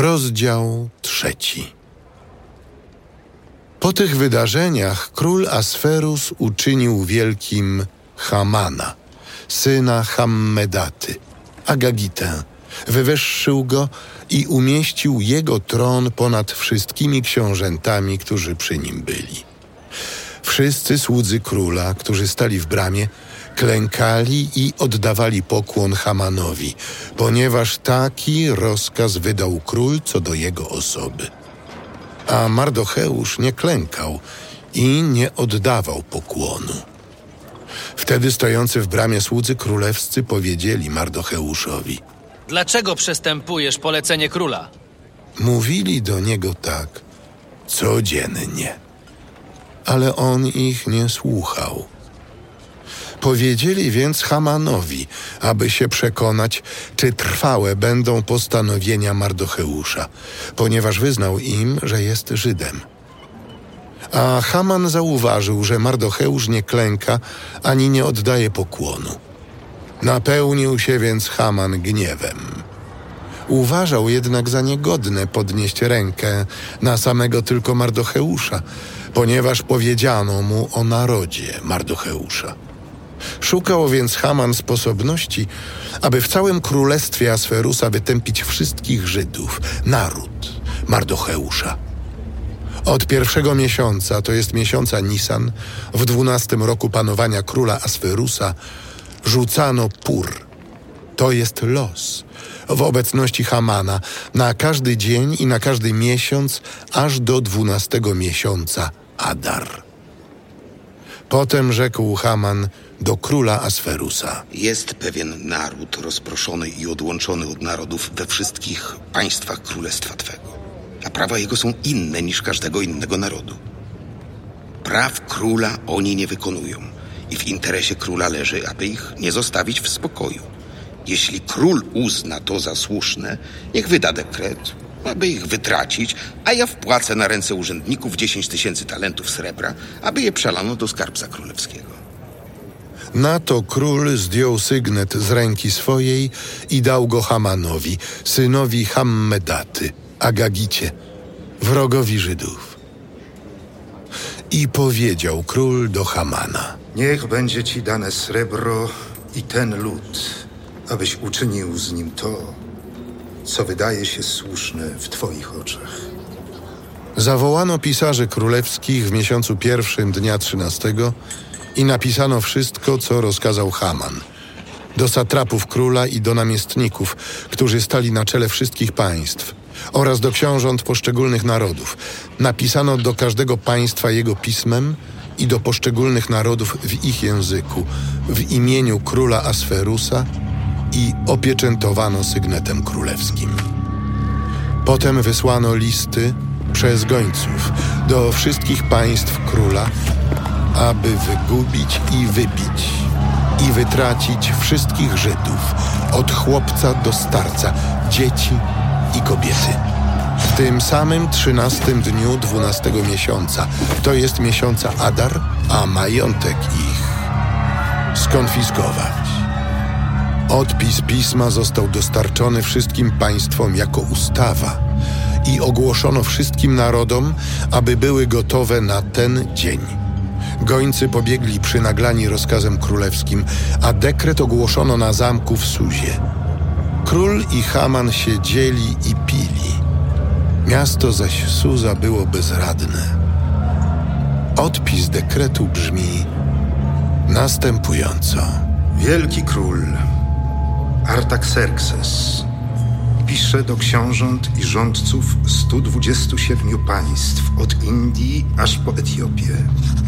Rozdział 3. Po tych wydarzeniach król Asferus uczynił wielkim Hamana, syna Hammedaty, Agagitę, wywyższył go i umieścił jego tron ponad wszystkimi książętami, którzy przy nim byli. Wszyscy słudzy króla, którzy stali w bramie, klękali i oddawali pokłon Hamanowi, ponieważ taki rozkaz wydał król co do jego osoby. A Mardocheusz nie klękał i nie oddawał pokłonu. Wtedy stojący w bramie słudzy królewscy powiedzieli Mardocheuszowi: Dlaczego przestępujesz polecenie króla? Mówili do niego tak codziennie, ale on ich nie słuchał. Powiedzieli więc Hamanowi, aby się przekonać, czy trwałe będą postanowienia Mardocheusza, ponieważ wyznał im, że jest Żydem. A Haman zauważył, że Mardocheusz nie klęka ani nie oddaje pokłonu. Napełnił się więc Haman gniewem. Uważał jednak za niegodne podnieść rękę na samego tylko Mardocheusza, ponieważ powiedziano mu o narodzie Mardocheusza. Szukał więc Haman sposobności, aby w całym królestwie Asferusa wytępić wszystkich Żydów, naród Mardocheusza. Od 1 miesiąca, to jest miesiąca Nisan, w 12 roku panowania króla Asferusa, rzucano pur, to jest los, w obecności Hamana, na każdy dzień i na każdy miesiąc, aż do 12 miesiąca Adar. Potem rzekł Haman do króla Asferusa: Jest pewien naród rozproszony i odłączony od narodów we wszystkich państwach królestwa Twego, a prawa jego są inne niż każdego innego narodu. Praw króla oni nie wykonują i w interesie króla leży, aby ich nie zostawić w spokoju. Jeśli król uzna to za słuszne, niech wyda dekret, aby ich wytracić, a ja wpłacę na ręce urzędników 10 000 talentów srebra, aby je przelano do skarbca królewskiego. Na to król zdjął sygnet z ręki swojej i dał go Hamanowi, synowi Hammedaty, Agagicie, wrogowi Żydów. I powiedział król do Hamana: Niech będzie ci dane srebro i ten lud, abyś uczynił z nim to, co wydaje się słuszne w twoich oczach. Zawołano pisarzy królewskich w miesiącu pierwszym dnia 13 i napisano wszystko, co rozkazał Haman. Do satrapów króla i do namiestników, którzy stali na czele wszystkich państw, oraz do książąt poszczególnych narodów. Napisano do każdego państwa jego pismem i do poszczególnych narodów w ich języku, w imieniu króla Asferusa, i opieczętowano sygnetem królewskim. Potem wysłano listy przez gońców do wszystkich państw króla, aby wygubić i wybić i wytracić wszystkich Żydów, od chłopca do starca, dzieci i kobiety. W tym samym 13 dniu 12 miesiąca, to jest miesiąca Adar, a majątek ich skonfiskować. Odpis pisma został dostarczony wszystkim państwom jako ustawa i ogłoszono wszystkim narodom, aby były gotowe na ten dzień. Gońcy pobiegli przynaglani rozkazem królewskim, a dekret ogłoszono na zamku w Suzie. Król i Haman siedzieli i pili. Miasto zaś Suza było bezradne. Odpis dekretu brzmi następująco. Wielki król Artaxerxes pisze do książąt i rządców 127 państw od Indii aż po Etiopię.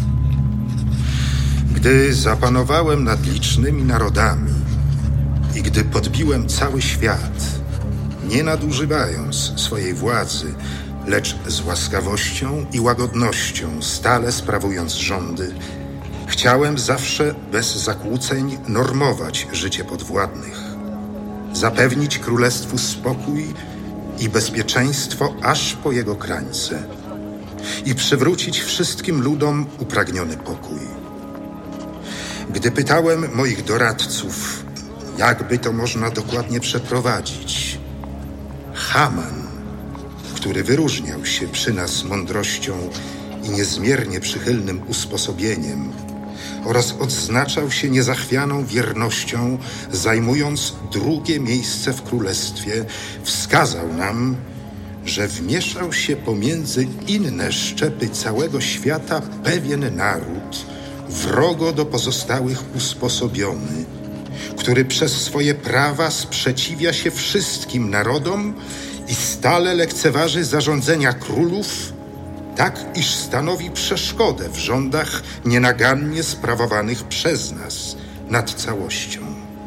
Gdy zapanowałem nad licznymi narodami i gdy podbiłem cały świat, nie nadużywając swojej władzy, lecz z łaskawością i łagodnością stale sprawując rządy, chciałem zawsze bez zakłóceń normować życie podwładnych, zapewnić królestwu spokój i bezpieczeństwo aż po jego krańce i przywrócić wszystkim ludom upragniony pokój. Gdy pytałem moich doradców, jakby to można dokładnie przeprowadzić, Haman który wyróżniał się przy nas mądrością i niezmiernie przychylnym usposobieniem oraz odznaczał się niezachwianą wiernością, zajmując drugie miejsce w królestwie, wskazał nam, że wmieszał się pomiędzy inne szczepy całego świata pewien naród, wrogo do pozostałych usposobiony, który przez swoje prawa sprzeciwia się wszystkim narodom i stale lekceważy zarządzenia królów, tak iż stanowi przeszkodę w rządach nienagannie sprawowanych przez nas nad całością.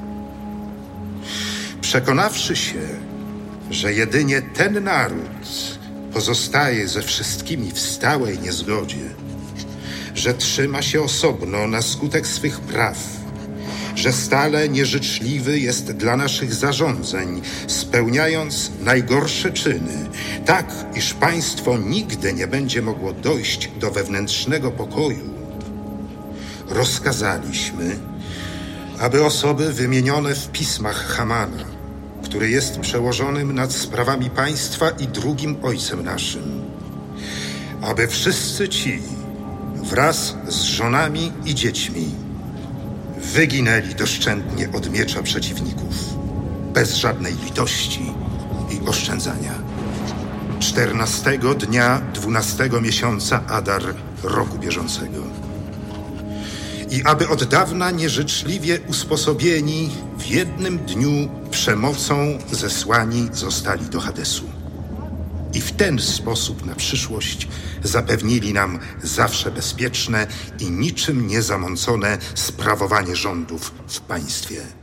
Przekonawszy się, że jedynie ten naród pozostaje ze wszystkimi w stałej niezgodzie, że trzyma się osobno na skutek swych praw, że stale nieżyczliwy jest dla naszych zarządzeń, spełniając najgorsze czyny, tak iż państwo nigdy nie będzie mogło dojść do wewnętrznego pokoju, rozkazaliśmy, aby osoby wymienione w pismach Hamana, który jest przełożonym nad sprawami państwa i drugim ojcem naszym, aby wszyscy ci wraz z żonami i dziećmi wyginęli doszczętnie od miecza przeciwników, bez żadnej litości i oszczędzania. 14 dnia 12 miesiąca Adar roku bieżącego. I aby od dawna nieżyczliwie usposobieni w jednym dniu przemocą zesłani zostali do Hadesu. I w ten sposób na przyszłość zapewnili nam zawsze bezpieczne i niczym niezamącone sprawowanie rządów w państwie.